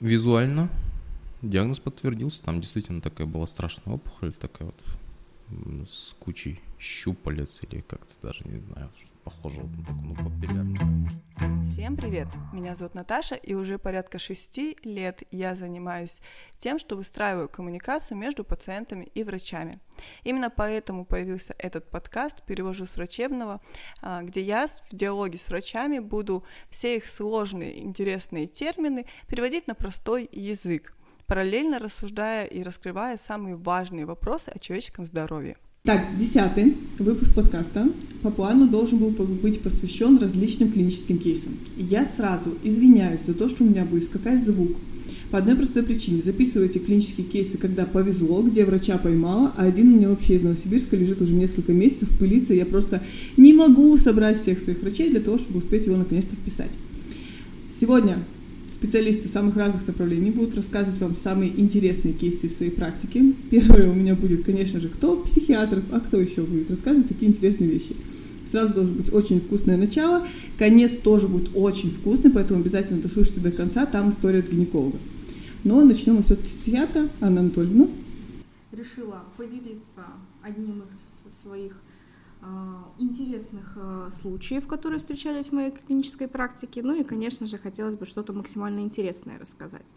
визуально диагноз подтвердился. Там действительно такая была страшная опухоль, такая вот с кучей щупалец или как-то даже, не знаю, что похоже вот на такую, папиллярную. Всем привет! Меня зовут Наташа, и уже порядка 6 лет я занимаюсь тем, что выстраиваю коммуникацию между пациентами и врачами. Именно поэтому появился этот подкаст «Перевожу с врачебного», где я в диалоге с врачами буду все их сложные, интересные термины переводить на простой язык, параллельно рассуждая и раскрывая самые важные вопросы о человеческом здоровье. Так, 10-й выпуск подкаста по плану должен был быть посвящен различным клиническим кейсам. Я сразу извиняюсь за то, что у меня будет скакать звук. По одной простой причине. Записываю эти клинические кейсы, когда повезло, где врача поймала, а один у меня вообще из Новосибирска лежит уже несколько месяцев, пылится. Я просто не могу собрать всех своих врачей для того, чтобы успеть его наконец-то вписать. Сегодня специалисты самых разных направлений будут рассказывать вам самые интересные кейсы из своей практики. Первое у меня будет, конечно же, кто? Психиатр, а кто еще будет рассказывать такие интересные вещи. Сразу должен быть очень вкусное начало, конец тоже будет очень вкусный, поэтому обязательно дослушайте до конца, там история от гинеколога. Но начнем мы все-таки с психиатра. Анна Анатольевна. Решила поделиться одним из своих интересных случаев, которые встречались в моей клинической практике. Ну и, конечно же, хотелось бы что-то максимально интересное рассказать.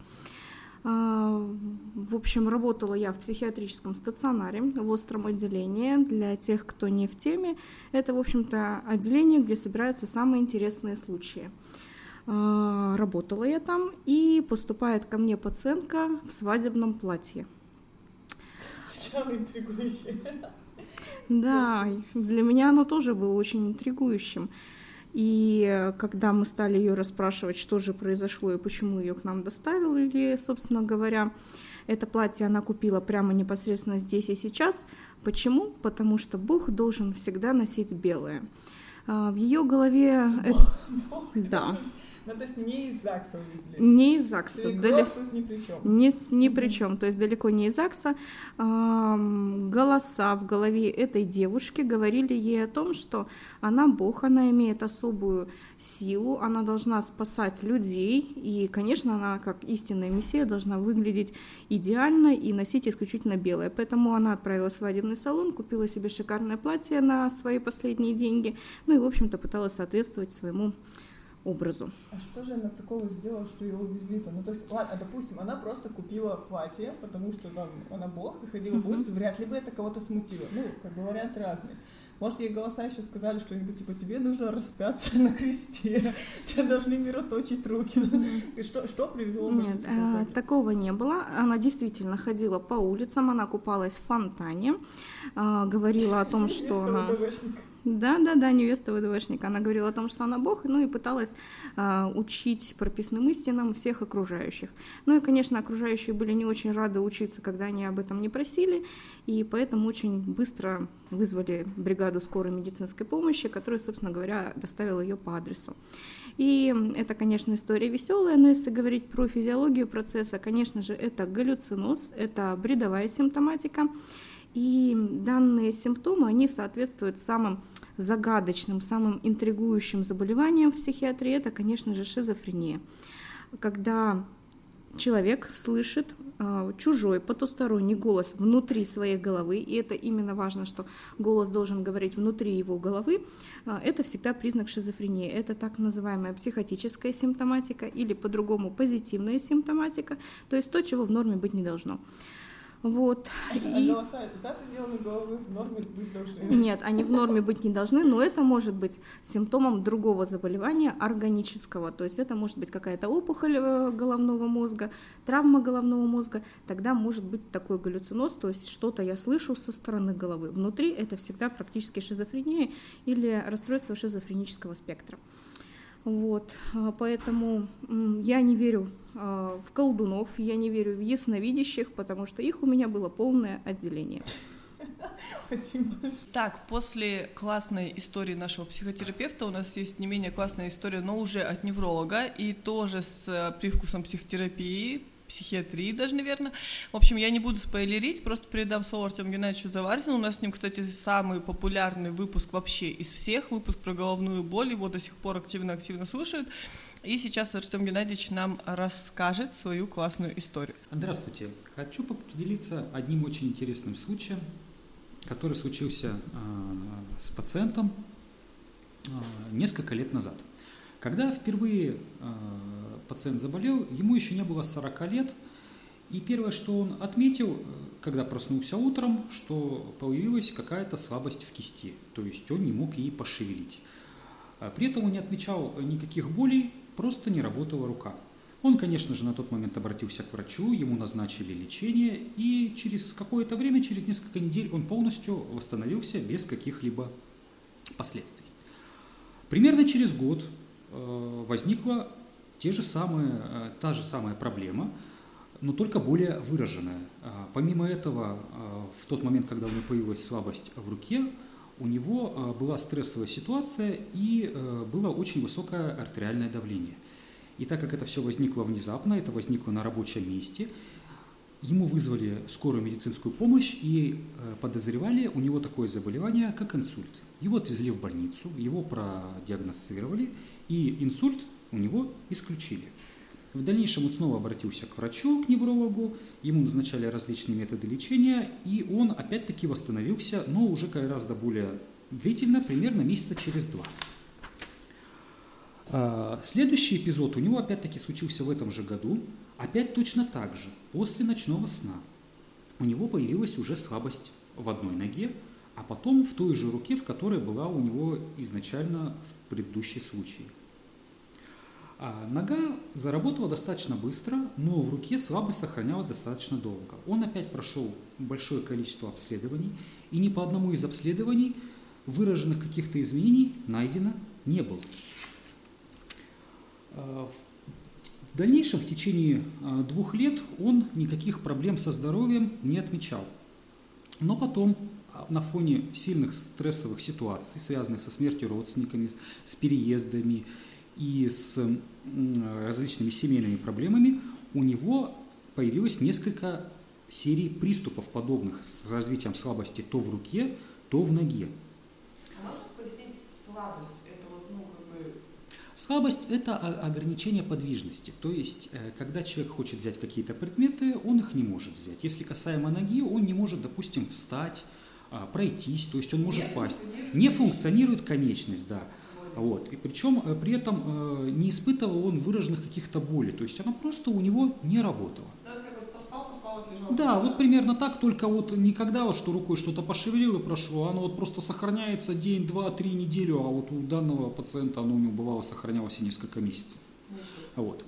В общем, работала я в психиатрическом стационаре в остром отделении. Для тех, кто не в теме, это, в общем-то, отделение, где собираются самые интересные случаи. Работала я там, и поступает ко мне пациентка в свадебном платье. Сначала интригующе. Да, для меня оно тоже было очень интригующим. И когда мы стали ее расспрашивать, что же произошло и почему ее к нам доставили, собственно говоря, это платье она купила прямо непосредственно здесь и сейчас. Почему? Потому что Бог должен всегда носить белое. В ее голове... Бог да. Ну, то есть не из ЗАГСа увезли? Не из ЗАГСа. Тут ни при чем. Ни при чем, то есть далеко не из ЗАГСа. Голоса в голове этой девушки говорили ей о том, что она Бог, она имеет особую силу, она должна спасать людей, и, конечно, она, как истинная мессия, должна выглядеть идеально и носить исключительно белое. Поэтому она отправилась в свадебный салон, купила себе шикарное платье на свои последние деньги, ну и, в общем-то, пыталась соответствовать своему образу. А что же она такого сделала, что ее увезли-то? Ну, то есть, ладно, допустим, она просто купила платье, потому что там она бог, и ходила по улице, вряд ли бы это кого-то смутило. Ну, как бы варианты разные. Может, ей голоса еще сказали что-нибудь, типа, тебе нужно распяться на кресте, тебе должны мироточить руки. Что привезло в больницу? Нет, такого не было. Она действительно ходила по улицам, она купалась в фонтане, говорила о том, что она... Да, невеста ВДВшника. Она говорила о том, что она Бог, ну и пыталась учить прописным истинам всех окружающих. Ну и, конечно, окружающие были не очень рады учиться, когда они об этом не просили, и поэтому очень быстро вызвали бригаду скорой медицинской помощи, которая, собственно говоря, доставила ее по адресу. И это, конечно, история веселая, но если говорить про физиологию процесса, конечно же, это галлюциноз, это бредовая симптоматика. И данные симптомы, они соответствуют самым загадочным, самым интригующим заболеваниям в психиатрии. Это, конечно же, шизофрения. Когда человек слышит чужой потусторонний голос внутри своей головы, и это именно важно, что голос должен говорить внутри его головы, это всегда признак шизофрении. Это так называемая психотическая симптоматика или по-другому позитивная симптоматика, то есть то, чего в норме быть не должно. Вот. А голоса за пределами головы в норме быть должны? Нет, они в норме быть не должны, но это может быть симптомом другого заболевания органического, то есть это может быть какая-то опухоль головного мозга, травма головного мозга, тогда может быть такой галлюциноз, то есть что-то я слышу со стороны головы. Внутри это всегда практически шизофрения или расстройство шизофренического спектра. Вот, поэтому я не верю в колдунов, я не верю в ясновидящих, потому что их у меня было полное отделение. Спасибо большое. Так, после классной истории нашего психотерапевта у нас есть не менее классная история, но уже от невролога и тоже с привкусом психотерапии. психиатрии даже, наверное. В общем, я не буду спойлерить, просто передам слово Артему Геннадьевичу Заварзину. У нас с ним, кстати, самый популярный выпуск вообще из всех, выпуск про головную боль, его до сих пор активно слушают. И сейчас Артем Геннадьевич нам расскажет свою классную историю. Здравствуйте. Хочу поделиться одним очень интересным случаем, который случился с пациентом несколько лет назад. Когда впервые пациент заболел, ему еще не было 40 лет, и первое, что он отметил, когда проснулся утром, что появилась какая-то слабость в кисти, то есть он не мог ей пошевелить. При этом он не отмечал никаких болей, просто не работала рука. Он, конечно же, на тот момент обратился к врачу, ему назначили лечение, и через какое-то время, через несколько недель, он полностью восстановился без каких-либо последствий. Примерно через год возникла та же самая проблема, но только более выраженная. Помимо этого, в тот момент, когда у него появилась слабость в руке, у него была стрессовая ситуация и было очень высокое артериальное давление. И так как это все возникло внезапно, это возникло на рабочем месте, ему вызвали скорую медицинскую помощь и подозревали у него такое заболевание, как инсульт. Его отвезли в больницу, его продиагностировали, и инсульт у него исключили. В дальнейшем он снова обратился к врачу, к неврологу, ему назначали различные методы лечения, и он опять-таки восстановился, но уже гораздо более длительно, примерно месяца через 2. Следующий эпизод у него опять-таки случился в этом же году, опять точно так же, после ночного сна. У него появилась уже слабость в одной ноге, а потом в той же руке, в которой была у него изначально в предыдущий случай. Нога заработала достаточно быстро, но в руке слабость сохранялась достаточно долго. Он опять прошел большое количество обследований, и ни по одному из обследований выраженных каких-то изменений найдено не было. В дальнейшем, в течение 2 лет, он никаких проблем со здоровьем не отмечал. Но потом, на фоне сильных стрессовых ситуаций, связанных со смертью родственниками, с переездами и с различными семейными проблемами, у него появилось несколько серий приступов подобных с развитием слабости то в руке, то в ноге. А можно пояснить слабость? Слабость – это ограничение подвижности, то есть, когда человек хочет взять какие-то предметы, он их не может взять. Если касаемо ноги, он не может, допустим, встать, пройтись, то есть он может пасть. Не функционирует конечность, да. Вот. И причем при этом не испытывал он выраженных каких-то болей, то есть она просто у него не работала. Поспал, отлежал. Да, вот примерно так, только вот никогда вот что рукой что-то пошевелил и прошло, оно вот просто сохраняется день, 2, 3 недели, а вот у данного пациента оно у него бывало сохранялось и несколько месяцев. Вот.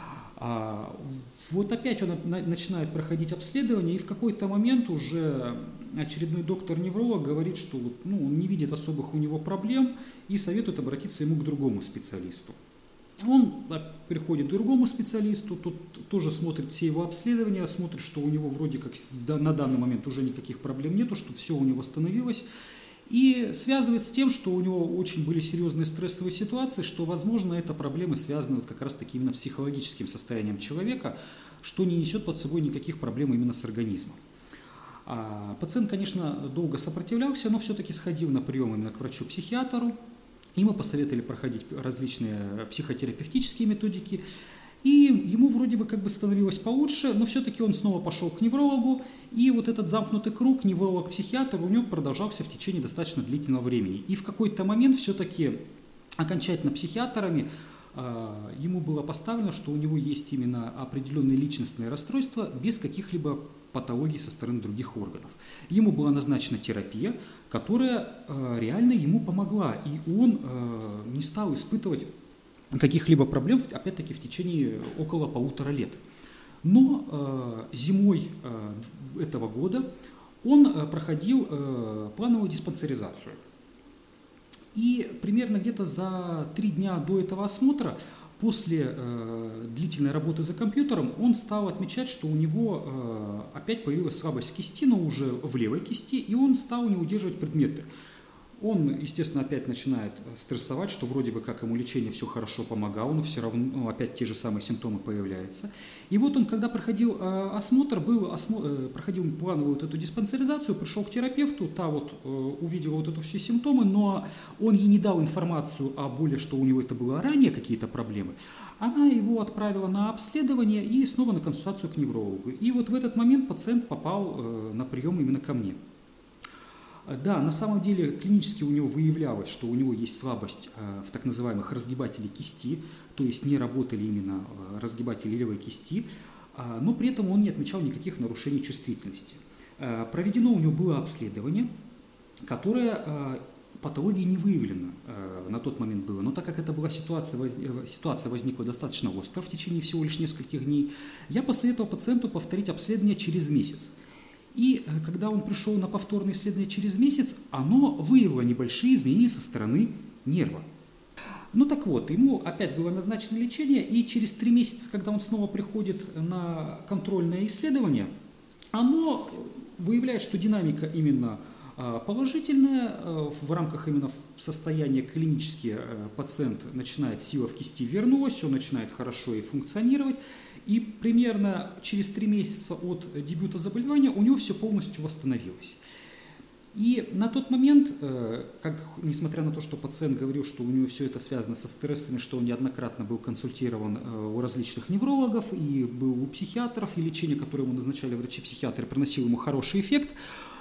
Вот опять он начинает проходить обследование, и в какой-то момент уже очередной доктор-невролог говорит, что он не видит особых у него проблем и советует обратиться ему к другому специалисту. Он приходит к другому специалисту, тот тоже смотрит все его обследования, смотрит, что у него вроде как на данный момент уже никаких проблем нету, что все у него восстановилось, и связывает с тем, что у него очень были серьезные стрессовые ситуации, что, возможно, это проблемы связаны вот как раз-таки именно психологическим состоянием человека, что не несет под собой никаких проблем именно с организмом. Пациент, конечно, долго сопротивлялся, но все-таки сходил на прием именно к врачу-психиатру. Ему посоветовали проходить различные психотерапевтические методики, и ему вроде бы как бы становилось получше, но все-таки он снова пошел к неврологу, и вот этот замкнутый круг невролог-психиатр у него продолжался в течение достаточно длительного времени. И в какой-то момент все-таки окончательно психиатрами ему было поставлено, что у него есть именно определенные личностные расстройства без каких-либо патологий со стороны других органов. Ему была назначена терапия, которая реально ему помогла, и он не стал испытывать каких-либо проблем, опять-таки, в течение около 1,5 лет. Но зимой этого года он проходил плановую диспансеризацию. И примерно где-то за 3 дня до этого осмотра, после длительной работы за компьютером, он стал отмечать, что у него опять появилась слабость в кисти, но уже в левой кисти, и он стал не удерживать предметы. Он, естественно, опять начинает стрессовать, что вроде бы как ему лечение все хорошо помогало, но все равно опять те же самые симптомы появляются. И вот он, когда проходил осмотр, проходил плановую вот эту диспансеризацию, пришел к терапевту, та вот увидела вот эту все симптомы, но он ей не дал информацию о боли, что у него это было ранее какие-то проблемы. Она его отправила на обследование и снова на консультацию к неврологу. И вот в этот момент пациент попал на прием именно ко мне. Да, на самом деле клинически у него выявлялось, что у него есть слабость в так называемых разгибателях кисти, то есть не работали именно разгибатели левой кисти, но при этом он не отмечал никаких нарушений чувствительности. Проведено у него было обследование, которое патологии не выявлено на тот момент было, но так как это была ситуация возникла достаточно остро в течение всего лишь нескольких дней, я посоветовал пациенту повторить обследование через месяц. И когда он пришел на повторное исследование через месяц, оно выявило небольшие изменения со стороны нерва. Ну так вот, ему опять было назначено лечение, и через 3 месяца, когда он снова приходит на контрольное исследование, оно выявляет, что динамика именно положительная, в рамках именно состояния клинически пациент начинает, сила в кисти вернулась, он начинает хорошо и функционировать. И примерно через 3 месяца от дебюта заболевания у него все полностью восстановилось. И на тот момент, несмотря на то, что пациент говорил, что у него все это связано со стрессами, что он неоднократно был консультирован у различных неврологов и был у психиатров, и лечение, которое ему назначали врачи-психиатры, приносило ему хороший эффект,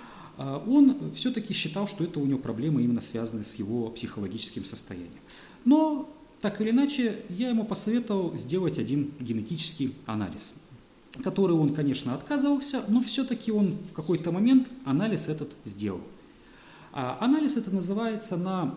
он все-таки считал, что это у него проблемы именно связанные с его психологическим состоянием. Но так или иначе, я ему посоветовал сделать один генетический анализ, который он, конечно, отказывался, но все-таки он в какой-то момент анализ этот сделал. Анализ это называется на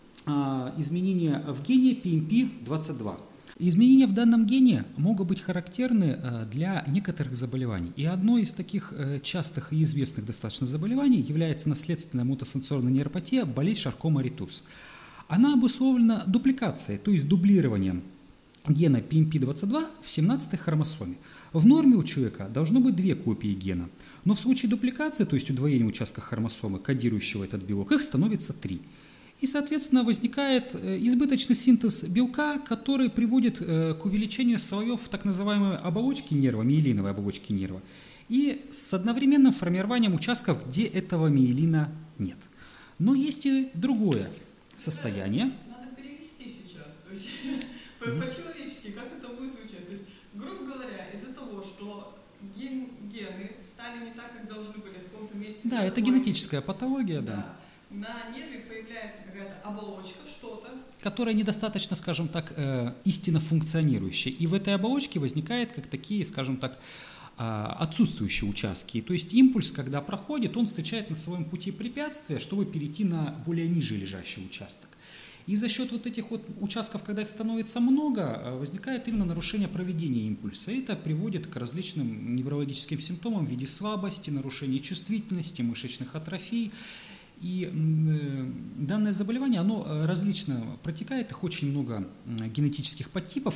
изменения в гене PMP22. Изменения в данном гене могут быть характерны для некоторых заболеваний. И одно из таких частых и известных достаточно заболеваний является наследственная мотосенсорная нейропатия, болезнь Шаркома-Ритус. Она обусловлена дупликацией, то есть дублированием гена PMP22 в 17-й хромосоме. В норме у человека должно быть 2 копии гена, но в случае дупликации, то есть удвоения участка хромосомы, кодирующего этот белок, их становится 3. И, соответственно, возникает избыточный синтез белка, который приводит к увеличению слоев так называемой оболочки нерва, миелиновой оболочки нерва, и с одновременным формированием участков, где этого миелина нет. Но есть и другое состояние. Надо перевести сейчас, то есть по-человечески, как это будет звучать. То есть, грубо говоря, из-за того, что гены стали не так, как должны были в каком-то месте. Да, это генетическая патология, да. На нерве появляется какая-то оболочка, что-то, которая недостаточно, скажем так, истинно функционирующая. И в этой оболочке возникает как такие, скажем так, отсутствующие участки. То есть импульс, когда проходит, он встречает на своем пути препятствия, чтобы перейти на более ниже лежащий участок. И за счет вот этих вот участков, когда их становится много, возникает именно нарушение проведения импульса. И это приводит к различным неврологическим симптомам в виде слабости, нарушения чувствительности, мышечных атрофий. И данное заболевание, оно различно протекает, их очень много генетических подтипов.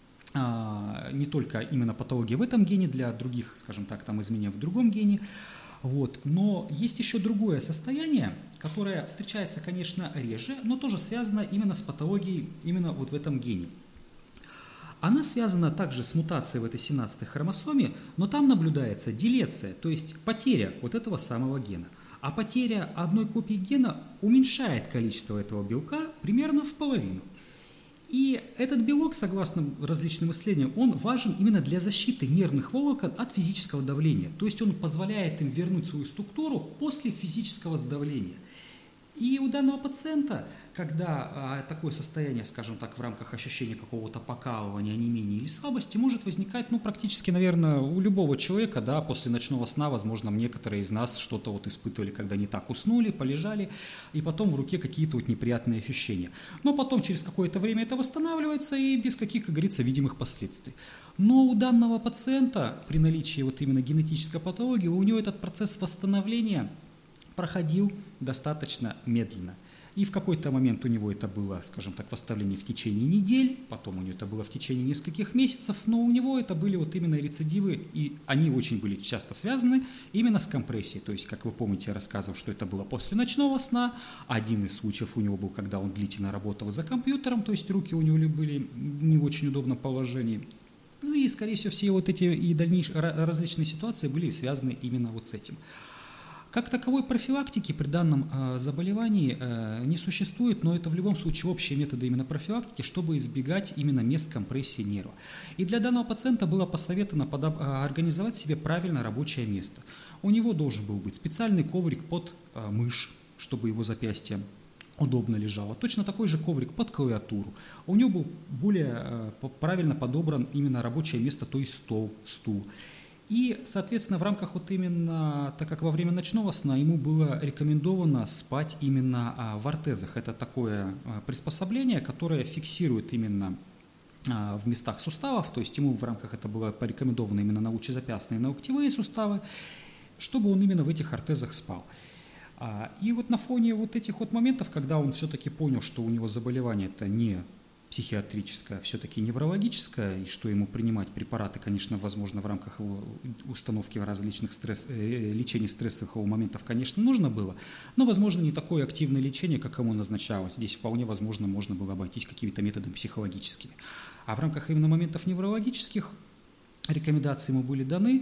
Не только именно патология в этом гене, для других, скажем так, там изменения в другом гене. Вот. Но есть еще другое состояние, которое встречается, конечно, реже, но тоже связано именно с патологией именно вот в этом гене. Она связана также с мутацией в этой 17-й хромосоме, но там наблюдается делеция, то есть потеря вот этого самого гена. А потеря одной копии гена уменьшает количество этого белка примерно в половину. И этот белок, согласно различным исследованиям, он важен именно для защиты нервных волокон от физического давления. То есть он позволяет им вернуть свою структуру после физического сдавления. И у данного пациента, когда такое состояние, скажем так, в рамках ощущения какого-то покалывания, онемения или слабости, может возникать, практически, наверное, у любого человека, да, после ночного сна, возможно, некоторые из нас что-то вот испытывали, когда не так уснули, полежали, и потом в руке какие-то вот неприятные ощущения. Но потом через какое-то время это восстанавливается и без каких, как говорится, видимых последствий. Но у данного пациента при наличии вот именно генетической патологии, у него этот процесс восстановления проходил достаточно медленно. И в какой-то момент у него это было, скажем так, восстановление в течение недели, потом у него это было в течение нескольких месяцев, но у него это были вот именно рецидивы, и они очень были часто связаны именно с компрессией. То есть, как вы помните, я рассказывал, что это было после ночного сна. Один из случаев у него был, когда он длительно работал за компьютером, то есть руки у него были не в очень удобном положении. Ну и, скорее всего, все вот эти и дальнейшие различные ситуации были связаны именно вот с этим. Как таковой профилактики при данном заболевании не существует, но это в любом случае общие методы именно профилактики, чтобы избегать именно мест компрессии нерва. И для данного пациента было посоветовано организовать себе правильно рабочее место. У него должен был быть специальный коврик под мышь, чтобы его запястье удобно лежало. Точно такой же коврик под клавиатуру. У него был более правильно подобран именно рабочее место, то есть стул. И, соответственно, в рамках вот именно, так как во время ночного сна ему было рекомендовано спать именно в ортезах. Это такое приспособление, которое фиксирует именно в местах суставов, то есть ему в рамках это было порекомендовано именно на лучезапястные и на локтевые суставы, чтобы он именно в этих ортезах спал. И вот на фоне вот этих вот моментов, когда он все-таки понял, что у него заболевание это не психиатрическое, все-таки неврологическое, и что ему принимать препараты, конечно, возможно, в рамках его установки различных лечений стрессовых моментов, конечно, нужно было, но, возможно, не такое активное лечение, как ему назначалось. Здесь вполне возможно можно было обойтись какими-то методами психологическими. А в рамках именно моментов неврологических рекомендации ему были даны,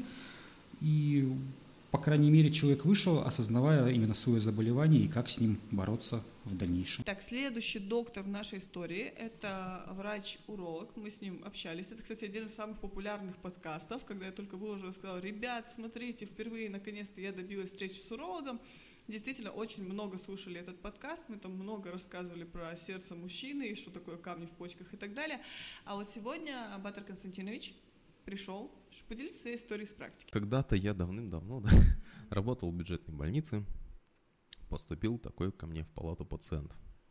и, по крайней мере, человек вышел, осознавая именно свое заболевание и как с ним бороться в дальнейшем. Так, следующий доктор в нашей истории – это врач-уролог. Мы с ним общались. Это, кстати, один из самых популярных подкастов, когда я только выложила, сказала: ребят, смотрите, впервые, наконец-то, я добилась встречи с урологом. Действительно, очень много слушали этот подкаст. Мы там много рассказывали про сердце мужчины, и что такое камни в почках и так далее. А вот сегодня Батыр Константинович пришел поделиться своей историей с практики. Когда-то я давным-давно работал в бюджетной больнице, поступил такой ко мне в палату пациент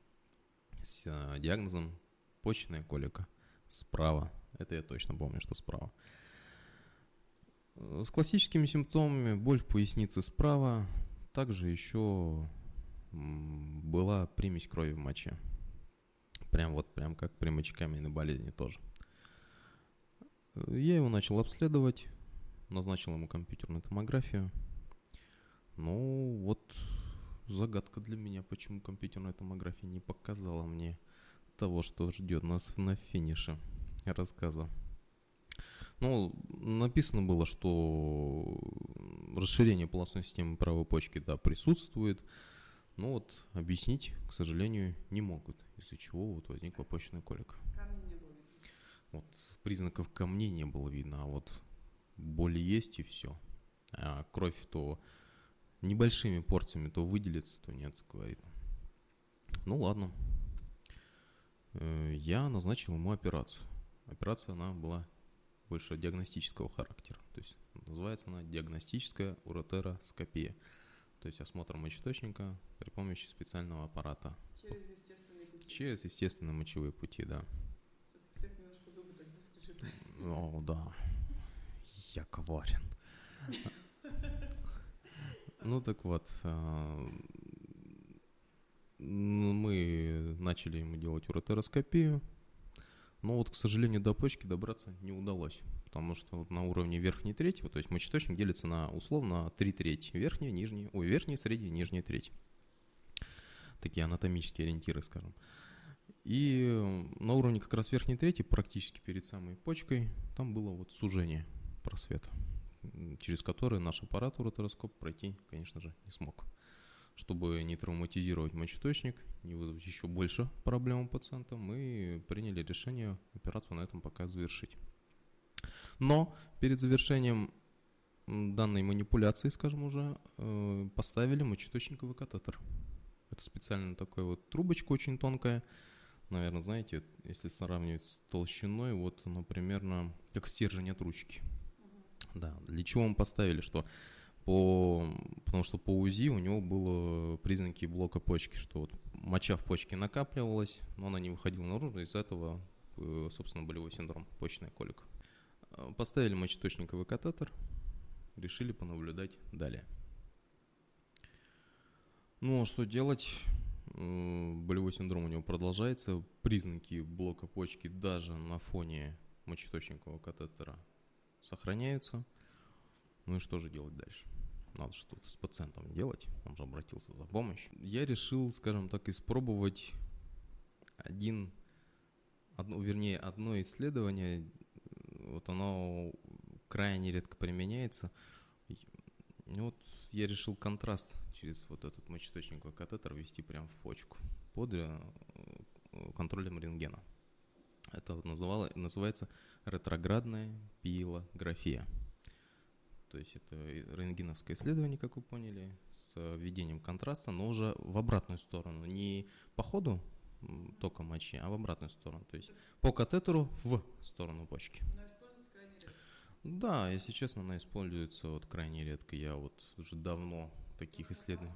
с диагнозом почечная колика справа. Это я точно помню, что справа. С классическими симптомами: боль в пояснице справа, также еще была примесь крови в моче. Прям как при мочекаменной болезни тоже. Я его начал обследовать, назначил ему компьютерную томографию. Ну, вот загадка для меня, почему компьютерная томография не показала мне того, что ждет нас на финише рассказа. Ну, написано было, что расширение полостной системы правой почки, да, присутствует, но вот объяснить, к сожалению, не могут, из-за чего вот возникла почечная колика. Вот признаков камней не было видно, а вот боли есть и все. А кровь то небольшими порциями то выделится, то нет, говорит. Ну ладно. Я назначил ему операцию. Операция, она была больше диагностического характера. То есть называется она диагностическая уретероскопия. То есть осмотр мочеточника при помощи специального аппарата. Через естественные пути. Через естественные мочевые пути, да. Сейчас у всех немножко зубы так заскрежетали. О, да. Я коварен. Ну так вот, мы начали ему делать уретероскопию, но вот, к сожалению, до почки добраться не удалось, потому что вот на уровне верхней трети, то есть мочеточник делится на условно 3 трети, верхняя, средняя, нижняя треть. Такие анатомические ориентиры, скажем. И на уровне как раз верхней трети, практически перед самой почкой, там было вот сужение просвета, через который наш аппарат уретероскоп пройти, конечно же, не смог. Чтобы не травматизировать мочеточник, не вызвать еще больше проблем у пациента, мы приняли решение операцию на этом пока завершить. Но перед завершением данной манипуляции, скажем уже, поставили мочеточниковый катетер. Это специально такая вот трубочка очень тонкая. Наверное, знаете, если сравнивать с толщиной, вот она примерно как стержень от ручки. Да, для чего мы поставили, потому что по УЗИ у него было признаки блока почки, что вот моча в почке накапливалась, но она не выходила наружу, из-за этого, собственно, болевой синдром, почечная колика. Поставили мочеточниковый катетер, решили понаблюдать далее. Ну, а что делать? болевой синдром у него продолжается, признаки блока почки даже на фоне мочеточникового катетера сохраняются. Ну и что же делать дальше? Надо что-то с пациентом делать, он же обратился за помощью. Я решил, скажем так, испробовать одно исследование, вот оно крайне редко применяется. Вот я решил контраст через вот этот мочеточниковый катетер ввести прямо в почку под контролем рентгена. Это вот называется ретроградная пиелография. То есть это рентгеновское исследование, как вы поняли, с введением контраста, но уже в обратную сторону. Не по ходу тока мочи, а в обратную сторону. То есть по катетеру в сторону почки. Да, если честно, она используется вот крайне редко. Я вот уже давно таких исследований.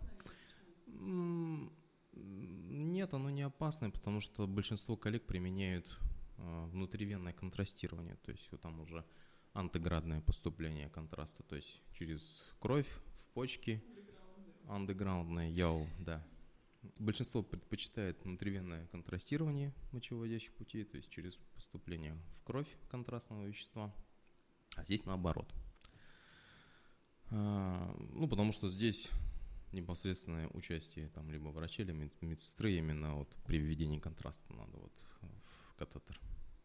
Нет, оно не опасное, потому что большинство коллег применяют внутривенное контрастирование. То есть вот там уже антеградное поступление контраста, то есть через кровь в почки. Андеграундное яу, да. Большинство предпочитает внутривенное контрастирование мочевыводящих путей, то есть через поступление в кровь контрастного вещества. А здесь наоборот. Потому что здесь непосредственное участие там либо врача, либо медсестры именно вот при введении контраста надо вот в катетер.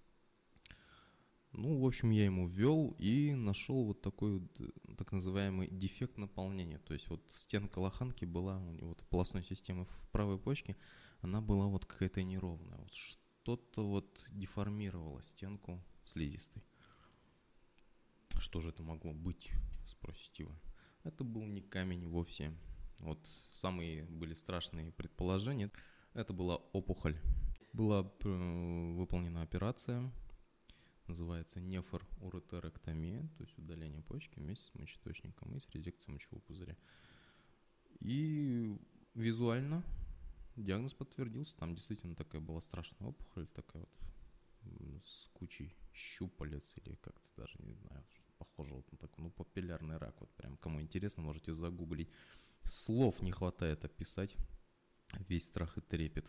В общем, я ему ввел и нашел вот такой вот так называемый дефект наполнения. То есть вот стенка лоханки была, у него вот полостной системы в правой почке, она была вот какая-то неровная. Вот что-то вот деформировало стенку слизистой. Что же это могло быть, спросите вы? Это был не камень вовсе. Вот самые были страшные предположения. Это была опухоль. Была выполнена операция, называется нефроуретерэктомия, то есть удаление почки вместе с мочеточником и с резекцией мочевого пузыря. И визуально диагноз подтвердился. Там действительно такая была страшная опухоль, такая вот с кучей щупалец или как-то даже, не знаю, похоже вот на такой, папиллярный рак. Вот прям, кому интересно, можете загуглить. Слов не хватает описать весь страх и трепет.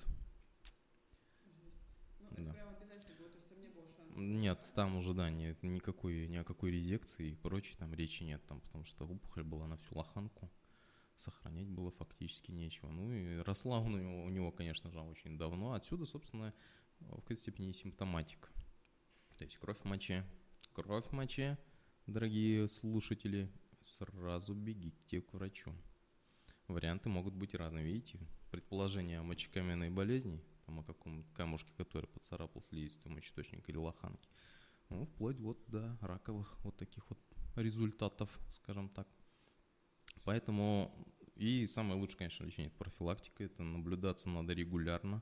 Да. Нет, там уже, да, ни о какой резекции и прочей там речи нет, там, потому что опухоль была на всю лоханку, сохранять было фактически нечего. И росла у него, конечно же, очень давно. Отсюда, собственно, в какой-то степени и симптоматика. То есть кровь в моче, дорогие слушатели, сразу бегите к врачу. Варианты могут быть разные. Видите, предположение о мочекаменной болезни, там, о каком камушке, который поцарапал слизистую мочеточника или лоханки, вплоть вот до раковых вот таких вот результатов, скажем так. Поэтому и самое лучшее, конечно, лечение — это профилактика, это наблюдаться надо регулярно.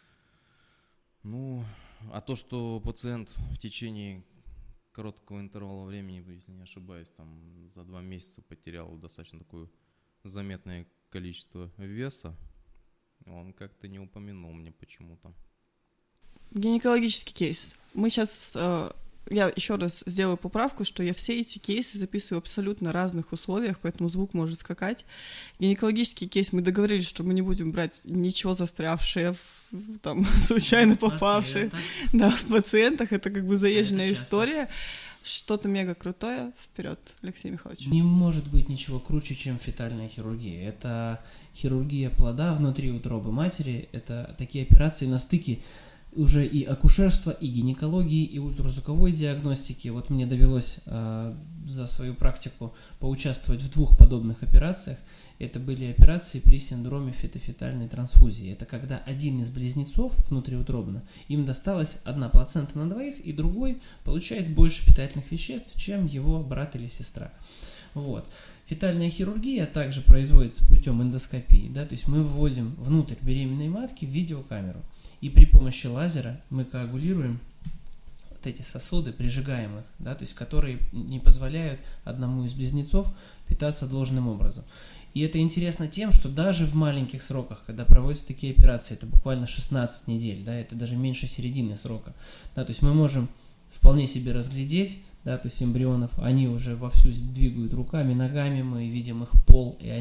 А то, что пациент в течение короткого интервала времени, если не ошибаюсь, там за 2 месяца потерял достаточно такое заметное количество веса, он как-то не упомянул мне почему-то. Гинекологический кейс. Мы сейчас, я еще раз сделаю поправку, что я все эти кейсы записываю в абсолютно разных условиях, поэтому звук может скакать. Гинекологический кейс, мы договорились, что мы не будем брать ничего застрявшее, там, случайно попавшее в пациентах. Это как бы заезженная история. Что-то мега крутое. Вперед, Алексей Михайлович. Не может быть ничего круче, чем фетальная хирургия. Это хирургия плода внутри утробы матери. Это такие операции на стыке уже и акушерства, и гинекологии, и ультразвуковой диагностики. Вот мне довелось за свою практику поучаствовать в 2 подобных операциях. Это были операции при синдроме фетофетальной трансфузии. Это когда один из близнецов внутриутробно, им досталась одна плацента на 2, и другой получает больше питательных веществ, чем его брат или сестра. Вот. Фетальная хирургия также производится путем эндоскопии. То есть мы вводим внутрь беременной матки видеокамеру. И при помощи лазера мы коагулируем вот эти сосуды, прижигаем их, то есть которые не позволяют одному из близнецов питаться должным образом. И это интересно тем, что даже в маленьких сроках, когда проводятся такие операции, это буквально 16 недель, это даже меньше середины срока, то есть мы можем вполне себе разглядеть, то есть эмбрионов, они уже вовсю двигают руками, ногами, мы видим их пол, и они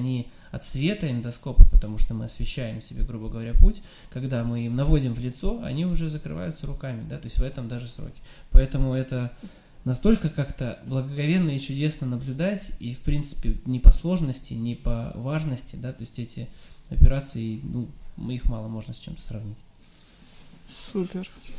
от света эндоскопа, потому что мы освещаем себе, грубо говоря, путь, когда мы им наводим в лицо, они уже закрываются руками, да, то есть в этом даже сроки. Поэтому это настолько как-то благоговенно и чудесно наблюдать, и, в принципе, ни по сложности, ни по важности, да, то есть эти операции, ну, их мало можно с чем-то сравнить. Супер.